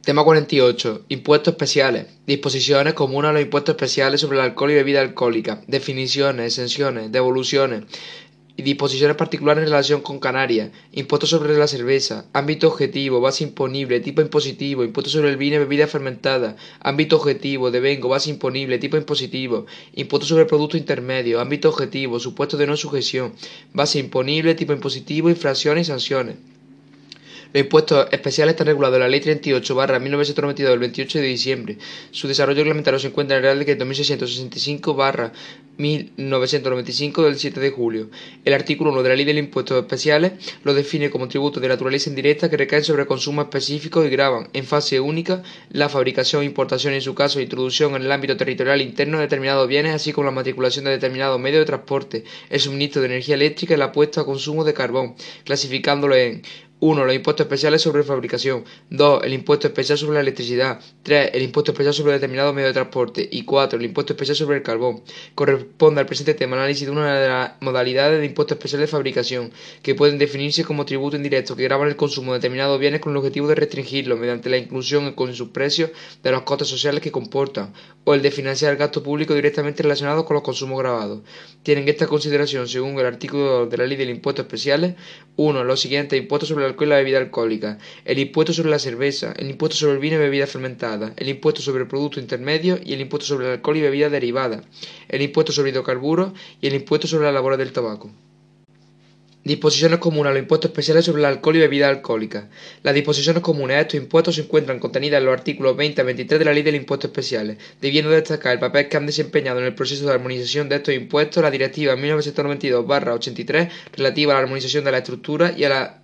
Tema 48. Impuestos especiales. Disposiciones comunes a los impuestos especiales sobre el alcohol y bebidas alcohólicas. Definiciones, exenciones, devoluciones y disposiciones particulares en relación con Canarias. Impuestos sobre la cerveza. Ámbito objetivo, base imponible, tipo impositivo. Impuestos sobre el vino y bebidas fermentadas. Ámbito objetivo, devengo, base imponible, tipo impositivo. Impuestos sobre el producto intermedio. Ámbito objetivo, supuesto de no sujeción. Base imponible, tipo impositivo, infracciones y sanciones. Los impuestos especiales están regulados en la Ley 38/1992 del 28 de diciembre. Su desarrollo reglamentario se encuentra en el Real Decreto 1665/1995 del 7 de julio. El artículo 1 de la Ley de Impuestos Especiales lo define como tributos de naturaleza indirecta que recaen sobre consumos específicos y gravan, en fase única, la fabricación, importación y, en su caso, introducción en el ámbito territorial interno de determinados bienes, así como la matriculación de determinados medios de transporte, el suministro de energía eléctrica y la puesta a consumo de carbón, clasificándolo en 1. Los impuestos especiales sobre fabricación. 2. El impuesto especial sobre la electricidad. 3. El impuesto especial sobre determinados medios de transporte. Y 4. El impuesto especial sobre el carbón. Corresponde al presente tema el análisis de una de las modalidades de impuesto especial de fabricación, que pueden definirse como tributos indirectos que gravan el consumo de determinados bienes con el objetivo de restringirlo mediante la inclusión con sus precios de los costes sociales que comportan, o el de financiar el gasto público directamente relacionado con los consumos gravados. Tienen esta consideración, según el artículo de la Ley de Impuestos Especiales, 1. Los siguientes impuestos sobre el alcohol y la bebida alcohólica: el impuesto sobre la cerveza, el impuesto sobre el vino y bebidas fermentadas, el impuesto sobre el producto intermedio y el impuesto sobre el alcohol y bebidas derivadas, el impuesto sobre hidrocarburos y el impuesto sobre las labores del tabaco. Disposiciones comunes a los impuestos especiales sobre el alcohol y bebidas alcohólicas. Las disposiciones comunes a estos impuestos se encuentran contenidas en los artículos 20 a 23 de la Ley de Impuestos Especiales, debiendo destacar el papel que han desempeñado en el proceso de armonización de estos impuestos la Directiva 1992/83 relativa a la armonización de la estructura y a la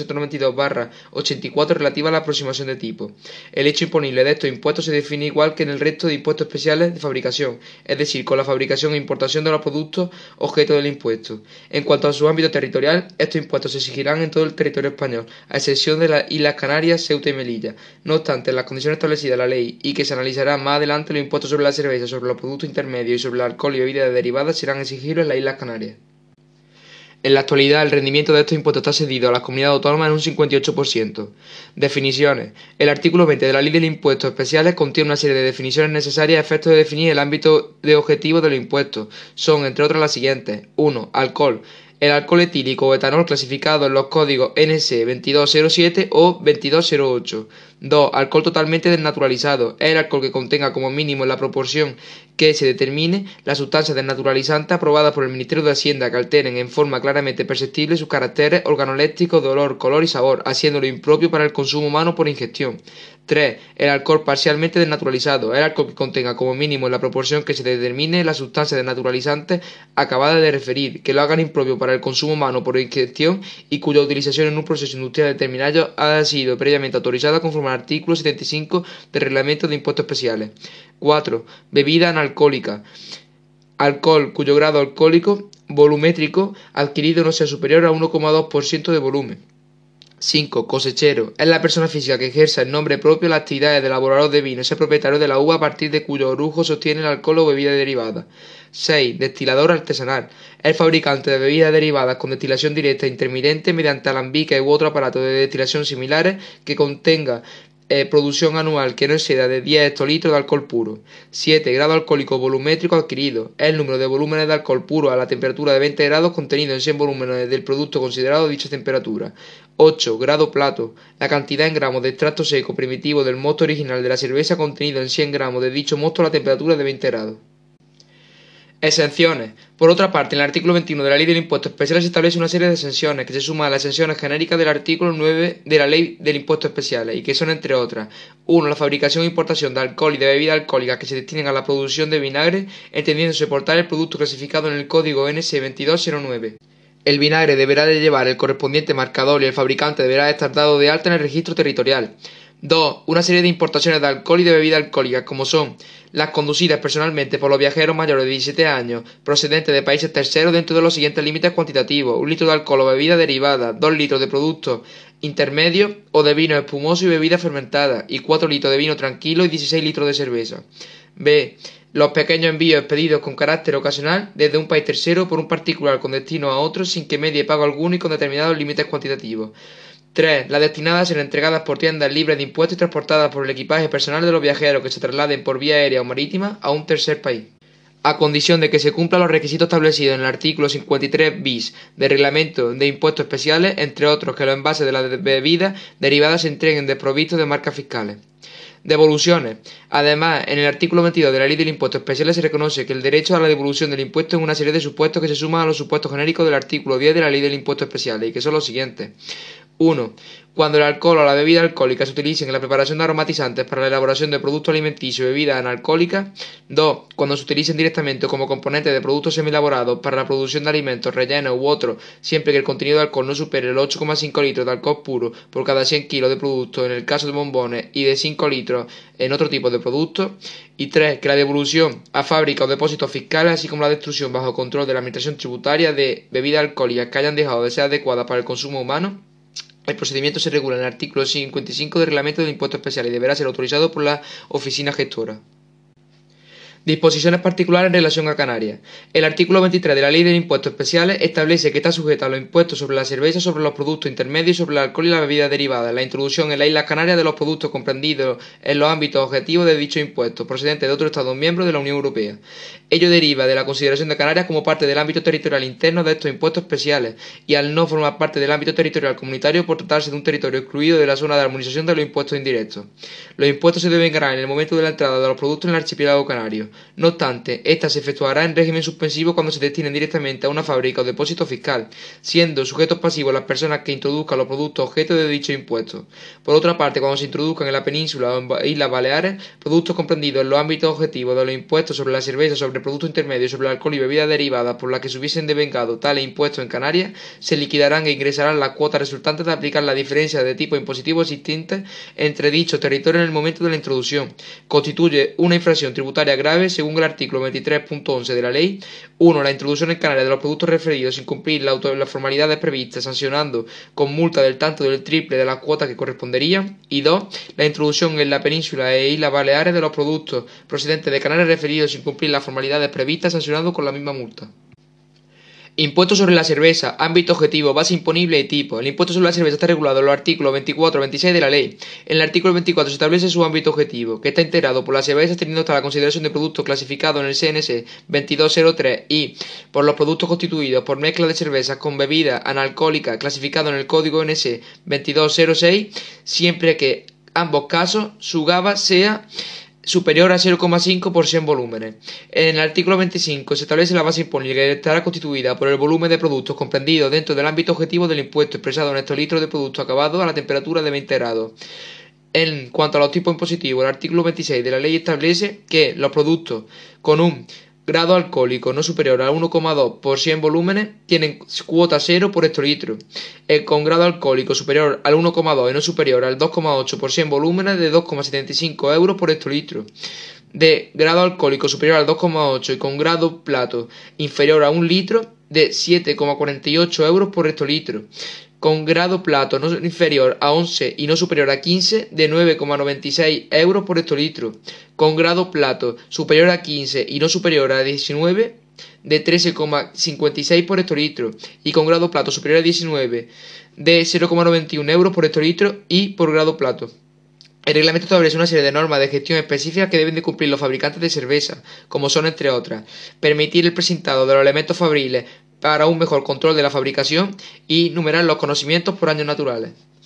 1992/84 relativa a la aproximación de tipos. El hecho imponible de estos impuestos se define igual que en el resto de impuestos especiales de fabricación, es decir, con la fabricación e importación de los productos objeto del impuesto. En cuanto a su ámbito territorial, estos impuestos se exigirán en todo el territorio español, a excepción de las Islas Canarias, Ceuta y Melilla. No obstante, en las condiciones establecidas en la ley y que se analizarán más adelante, los impuestos sobre la cerveza, sobre los productos intermedios y sobre el alcohol y bebidas derivadas serán exigibles en las Islas Canarias. En la actualidad, el rendimiento de estos impuestos está cedido a las comunidades autónomas en un 58%. Definiciones. El artículo 20 de la Ley de Impuestos Especiales contiene una serie de definiciones necesarias a efectos de definir el ámbito de objetivo de los impuestos. Son, entre otras, las siguientes. 1. Alcohol. El alcohol etílico o etanol clasificado en los códigos NC 2207 o 2208. 2. Alcohol totalmente desnaturalizado. Es el alcohol que contenga como mínimo en la proporción que se determine las sustancias desnaturalizantes aprobadas por el Ministerio de Hacienda que alteren en forma claramente perceptible sus caracteres organolépticos de olor, color y sabor, haciéndolo impropio para el consumo humano por ingestión. 3. El alcohol parcialmente desnaturalizado. Es el alcohol que contenga como mínimo en la proporción que se determine las sustancias desnaturalizantes acabadas de referir, que lo hagan impropio para el consumo humano por ingestión y cuya utilización en un proceso industrial determinado ha sido previamente autorizada conforme al artículo 75 del Reglamento de Impuestos Especiales. 4. Bebida analcohólica. Alcohol cuyo grado alcohólico volumétrico adquirido no sea superior a 1,2% de volumen. 5. Cosechero. Es la persona física que ejerza en nombre propio las actividades de elaborador de vino, es el propietario de la uva a partir de cuyo orujo se obtiene el alcohol o bebida derivada. 6. Destilador artesanal. Es el fabricante de bebidas derivadas con destilación directa e intermitente mediante alambiques u otro aparato de destilación similares que contenga producción anual que no exceda de 10 hectolitros de alcohol puro. 7. Grado alcohólico volumétrico adquirido. Es el número de volúmenes de alcohol puro a la temperatura de 20 grados contenido en 100 volúmenes del producto considerado a dicha temperatura. 8. Grado plato. La cantidad en gramos de extracto seco primitivo del mosto original de la cerveza contenido en 100 gramos de dicho mosto a la temperatura de 20 grados. Exenciones. Por otra parte, en el artículo 21 de la Ley del Impuesto Especial se establece una serie de exenciones que se suman a las exenciones genéricas del artículo 9 de la Ley del Impuesto Especial y que son, entre otras: 1. La fabricación e importación de alcohol y de bebidas alcohólicas que se destinen a la producción de vinagre, entendiéndose por tal el producto clasificado en el código NC 2209. El vinagre deberá de llevar el correspondiente marcador y el fabricante deberá estar dado de alta en el registro territorial. 2. Una serie de importaciones de alcohol y de bebidas alcohólicas, como son las conducidas personalmente por los viajeros mayores de 17 años, procedentes de países terceros dentro de los siguientes límites cuantitativos: 1 litro de alcohol o bebida derivada, 2 litros de productos intermedios o de vino espumoso y bebidas fermentadas, y 4 litros de vino tranquilo y 16 litros de cerveza. B. Los pequeños envíos expedidos con carácter ocasional desde un país tercero por un particular con destino a otro sin que medie pago alguno y con determinados límites cuantitativos. 3. Las destinadas serán entregadas por tiendas libres de impuestos y transportadas por el equipaje personal de los viajeros que se trasladen por vía aérea o marítima a un tercer país, a condición de que se cumplan los requisitos establecidos en el artículo 53 bis del Reglamento de Impuestos Especiales, entre otros que los envases de las bebidas derivadas se entreguen desprovistos de marcas fiscales. Devoluciones. Además, en el artículo 22 de la Ley del Impuesto Especial se reconoce que el derecho a la devolución del impuesto es una serie de supuestos que se suman a los supuestos genéricos del artículo 10 de la Ley del Impuesto Especial, y que son los siguientes. 1. Cuando el alcohol o la bebida alcohólica se utilicen en la preparación de aromatizantes para la elaboración de productos alimenticios y bebidas analcohólicas. 2. Cuando se utilicen directamente como componente de productos semielaborados para la producción de alimentos rellenos u otros, siempre que el contenido de alcohol no supere los 8,5 litros de alcohol puro por cada 100 kilos de producto en el caso de bombones y de 5 litros en otro tipo de productos. Y 3. Que la devolución a fábrica o depósitos fiscales, así como la destrucción bajo control de la administración tributaria de bebidas alcohólicas que hayan dejado de ser adecuadas para el consumo humano. El procedimiento se regula en el artículo 55 del Reglamento del Impuesto Especial y deberá ser autorizado por la oficina gestora. Disposiciones particulares en relación a Canarias. El artículo 23 de la Ley de Impuestos Especiales establece que está sujeta a los impuestos sobre la cerveza, sobre los productos intermedios y sobre el alcohol y las bebidas derivadas, la introducción en las Islas Canarias de los productos comprendidos en los ámbitos objetivos de dichos impuestos, procedentes de otros Estados miembros de la Unión Europea. Ello deriva de la consideración de Canarias como parte del ámbito territorial interno de estos impuestos especiales, y al no formar parte del ámbito territorial comunitario por tratarse de un territorio excluido de la zona de armonización de los impuestos indirectos. Los impuestos se deben ganar en el momento de la entrada de los productos en el archipiélago canario. No obstante, esta se efectuará en régimen suspensivo cuando se destinen directamente a una fábrica o depósito fiscal, siendo sujetos pasivos las personas que introduzcan los productos objeto de dicho impuesto. Por otra parte, cuando se introduzcan en la península o en Islas Baleares productos comprendidos en los ámbitos objetivos de los impuestos sobre la cerveza, sobre productos intermedios, sobre el alcohol y bebidas derivadas por las que se hubiesen devengado tales impuestos en Canarias, se liquidarán e ingresarán las cuotas resultantes de aplicar la diferencia de tipo impositivo existente entre dichos territorios en el momento de la introducción. Constituye una infracción tributaria grave según el artículo 23.11 de la ley. 1. La introducción en Canarias de los productos referidos sin cumplir las formalidades previstas, sancionando con multa del tanto del triple de las cuotas que corresponderían. Y 2. La introducción en la península e Islas Baleares de los productos procedentes de Canarias referidos sin cumplir las formalidades previstas, sancionando con la misma multa. Impuesto sobre la cerveza, ámbito objetivo, base imponible y tipo. El impuesto sobre la cerveza está regulado en los artículos 24 y 26 de la ley. En el artículo 24 se establece su ámbito objetivo, que está integrado por las cervezas teniendo hasta la consideración de productos clasificados en el CNS 2203 y por los productos constituidos por mezcla de cervezas con bebidas analcohólicas clasificado en el código NS 2206, siempre que ambos casos su GABA sea superior a 0,5 por 100 volúmenes. En el artículo 25 se establece la base imponible que estará constituida por el volumen de productos comprendidos dentro del ámbito objetivo del impuesto expresado en hectolitros de producto acabado a la temperatura de 20 grados. En cuanto a los tipos impositivos, el artículo 26 de la ley establece que los productos con un grado alcohólico no superior al 1,2 por 100 volúmenes tienen cuota 0 por hectolitro. El con grado alcohólico superior al 1,2 y no superior al 2,8 por 100 volúmenes de 2,75 euros por hectolitro. De grado alcohólico superior al 2,8 y con grado plato inferior a 1 litro de 7,48 euros por hectolitro. Con grado plato no inferior a 11 y no superior a 15 de 9,96 euros por hectolitro. Con grado plato superior a 15 y no superior a 19 de 13,56 por hectolitro. Y con grado plato superior a 19 de 0,91 euros por hectolitro y por grado plato. El reglamento establece una serie de normas de gestión específicas que deben de cumplir los fabricantes de cerveza, como son, entre otras, permitir el presentado de los elementos fabriles para un mejor control de la fabricación y numerar los conocimientos por años naturales.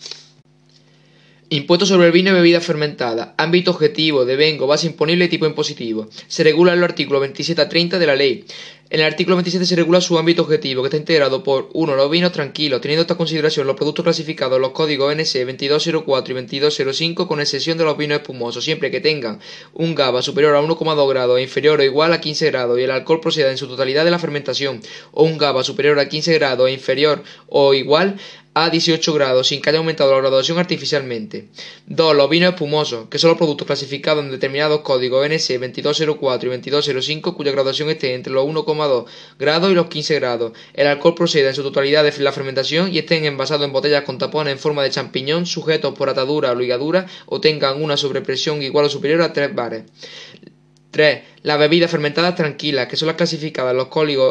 Impuesto sobre el vino y bebidas fermentadas. Ámbito objetivo, devengo, base imponible y tipo impositivo. Se regula en los artículos 27 a 30 de la ley. En el artículo 27 se regula su ámbito objetivo, que está integrado por 1. Los vinos tranquilos, teniendo esta consideración los productos clasificados en los códigos NS 2204 y 2205, con excepción de los vinos espumosos, siempre que tengan un GABA superior a 1,2 grados e inferior o igual a 15 grados y el alcohol proceda en su totalidad de la fermentación, o un GABA superior a 15 grados e inferior o igual a 18 grados sin que haya aumentado la graduación artificialmente. 2. Los vinos espumosos, que son los productos clasificados en determinados códigos NS 2204 y 2205 cuya graduación esté entre los 1,2 grados y los 15 grados. El alcohol proceda en su totalidad de la fermentación y estén envasados en botellas con tapones en forma de champiñón sujetos por atadura o ligadura o tengan una sobrepresión igual o superior a 3 bares. 3. Las bebidas fermentadas tranquilas, que son las clasificadas en los códigos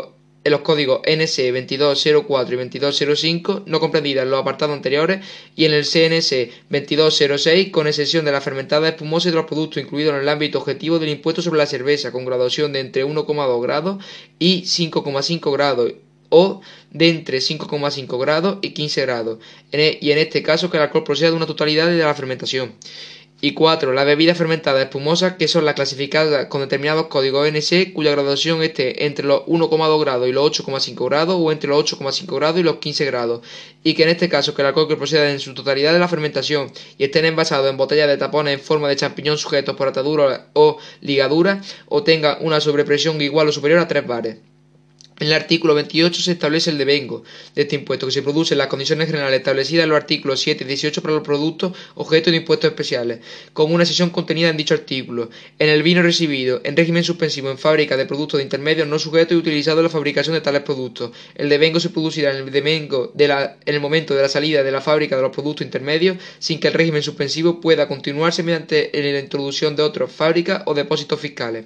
en los códigos NC 2204 y 2205, no comprendidas en los apartados anteriores, y en el CNC 2206, con excepción de la fermentada espumosa y de los productos incluidos en el ámbito objetivo del impuesto sobre la cerveza, con graduación de entre 1,2 grados y 5,5 grados, o de entre 5,5 grados y 15 grados, y en este caso que el alcohol proceda de una totalidad de la fermentación. Y 4. Las bebidas fermentadas espumosas, que son las clasificadas con determinados códigos NC, cuya graduación esté entre los 1,2 grados y los 8,5 grados, o entre los 8,5 grados y los 15 grados, y que en este caso que el alcohol que proceda en su totalidad de la fermentación y estén envasados en botellas de tapones en forma de champiñón sujetos por ataduras o ligaduras, o tenga una sobrepresión igual o superior a 3 bares. En el artículo 28 se establece el devengo de este impuesto, que se produce en las condiciones generales establecidas en los artículos 7 y 18 para los productos objeto de impuestos especiales, con una sección contenida en dicho artículo. En el vino recibido en régimen suspensivo en fábrica de productos de intermedios no sujetos y utilizados en la fabricación de tales productos, el devengo se producirá en el momento de la salida de la fábrica de los productos intermedios, sin que el régimen suspensivo pueda continuarse mediante la introducción de otras fábricas o depósitos fiscales.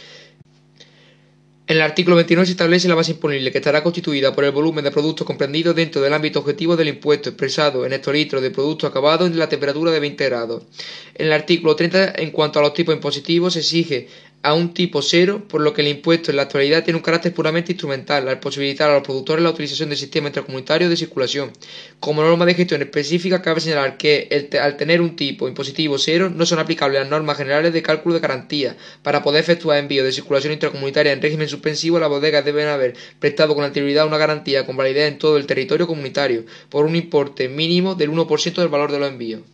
En el artículo 29 se establece la base imponible, que estará constituida por el volumen de productos comprendidos dentro del ámbito objetivo del impuesto, expresado en hectolitros de producto acabado en la temperatura de 20 grados. En el artículo 30, en cuanto a los tipos impositivos, se exige a un tipo cero, por lo que el impuesto en la actualidad tiene un carácter puramente instrumental, al posibilitar a los productores la utilización del sistema intracomunitario de circulación. Como norma de gestión específica, cabe señalar que al tener un tipo impositivo cero, no son aplicables las normas generales de cálculo de garantía. Para poder efectuar envíos de circulación intracomunitaria en régimen suspensivo, las bodegas deben haber prestado con anterioridad una garantía con validez en todo el territorio comunitario, por un importe mínimo del 1% del valor de los envíos.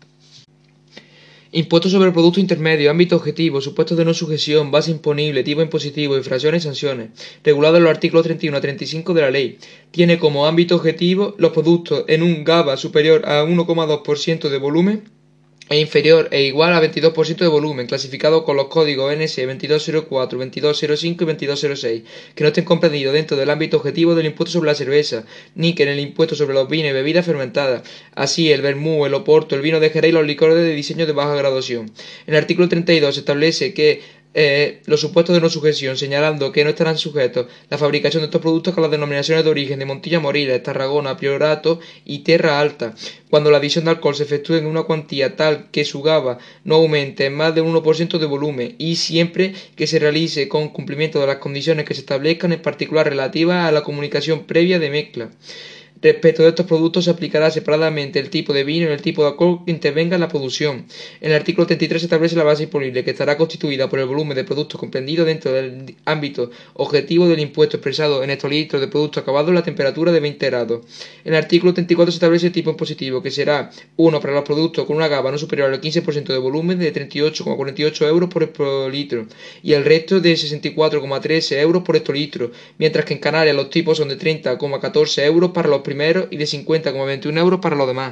Impuesto sobre el producto intermedio, ámbito objetivo, supuestos de no sujeción, base imponible, tipo impositivo, infracciones y sanciones, regulado en los artículos 31 a 35 de la ley. Tiene como ámbito objetivo los productos en un GABA superior a 1,2% de volumen e inferior e igual a 22% de volumen, clasificado con los códigos NS 2204, 2205 y 2206, que no estén comprendidos dentro del ámbito objetivo del impuesto sobre la cerveza, ni que en el impuesto sobre los vinos y bebidas fermentadas, así el vermú, el oporto, el vino de Jerez y los licores de diseño de baja graduación. En el artículo 32 se establece que los supuestos de no sujeción, señalando que no estarán sujetos la fabricación de estos productos con las denominaciones de origen de Montilla Moriles, Tarragona, Priorato y Tierra Alta, cuando la adición de alcohol se efectúe en una cuantía tal que su GABA no aumente en más del 1% de volumen, y siempre que se realice con cumplimiento de las condiciones que se establezcan, en particular relativas a la comunicación previa de mezcla. Respecto de estos productos se aplicará separadamente el tipo de vino y el tipo de alcohol que intervenga en la producción. En el artículo 33 se establece la base imponible, que estará constituida por el volumen de productos comprendido dentro del ámbito objetivo del impuesto, expresado en hectolitros de producto acabado en la temperatura de 20 grados. En el artículo 34 se establece el tipo impositivo, que será 1 para los productos con una GABA no superior al 15% de volumen, de 38,48 euros por hectolitro, y el resto de 64,13 euros por hectolitro, mientras que en Canarias los tipos son de 30,14 euros para los primeros y de 50,21 euros para los demás.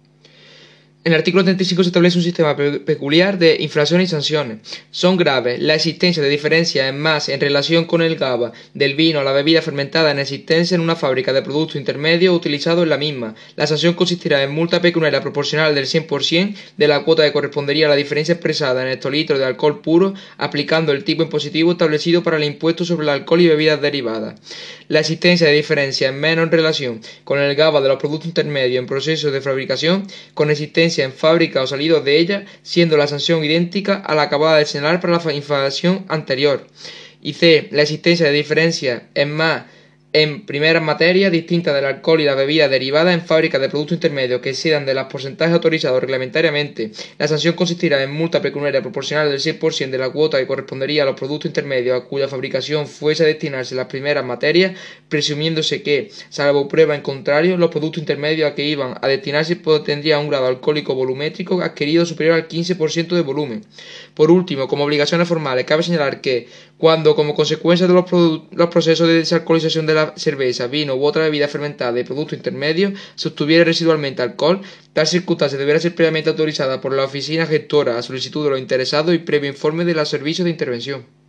En el artículo 35 se establece un sistema peculiar de infracciones y sanciones. Son graves la existencia de diferencias en más en relación con el GABA del vino o la bebida fermentada en existencia en una fábrica de productos intermedios utilizados en la misma. La sanción consistirá en multa pecuniaria proporcional del 100% de la cuota que correspondería a la diferencia expresada en hectolitros de alcohol puro, aplicando el tipo impositivo establecido para el impuesto sobre el alcohol y bebidas derivadas. La existencia de diferencias en menos en relación con el GABA de los productos intermedios en proceso de fabricación, con existencia en fábrica o salidos de ella, siendo la sanción idéntica a la acabada de señalar para la infracción anterior. Y C. La existencia de diferencias en primeras materias distintas del alcohol y la bebida derivada en fábricas de productos intermedios que excedan de los porcentajes autorizados reglamentariamente. La sanción consistirá en multa pecuniaria proporcional del 6% de la cuota que correspondería a los productos intermedios a cuya fabricación fuese a destinarse las primeras materias, presumiéndose que, salvo prueba en contrario, los productos intermedios a que iban a destinarse tendrían un grado alcohólico volumétrico adquirido superior al 15% de volumen. Por último, como obligaciones formales, cabe señalar que, cuando como consecuencia de los procesos de desalcoholización de la cerveza, vino u otra bebida fermentada de producto intermedio se obtuviera residualmente alcohol, tal circunstancia deberá ser previamente autorizada por la oficina gestora a solicitud de los interesados y previo informe de los servicios de intervención.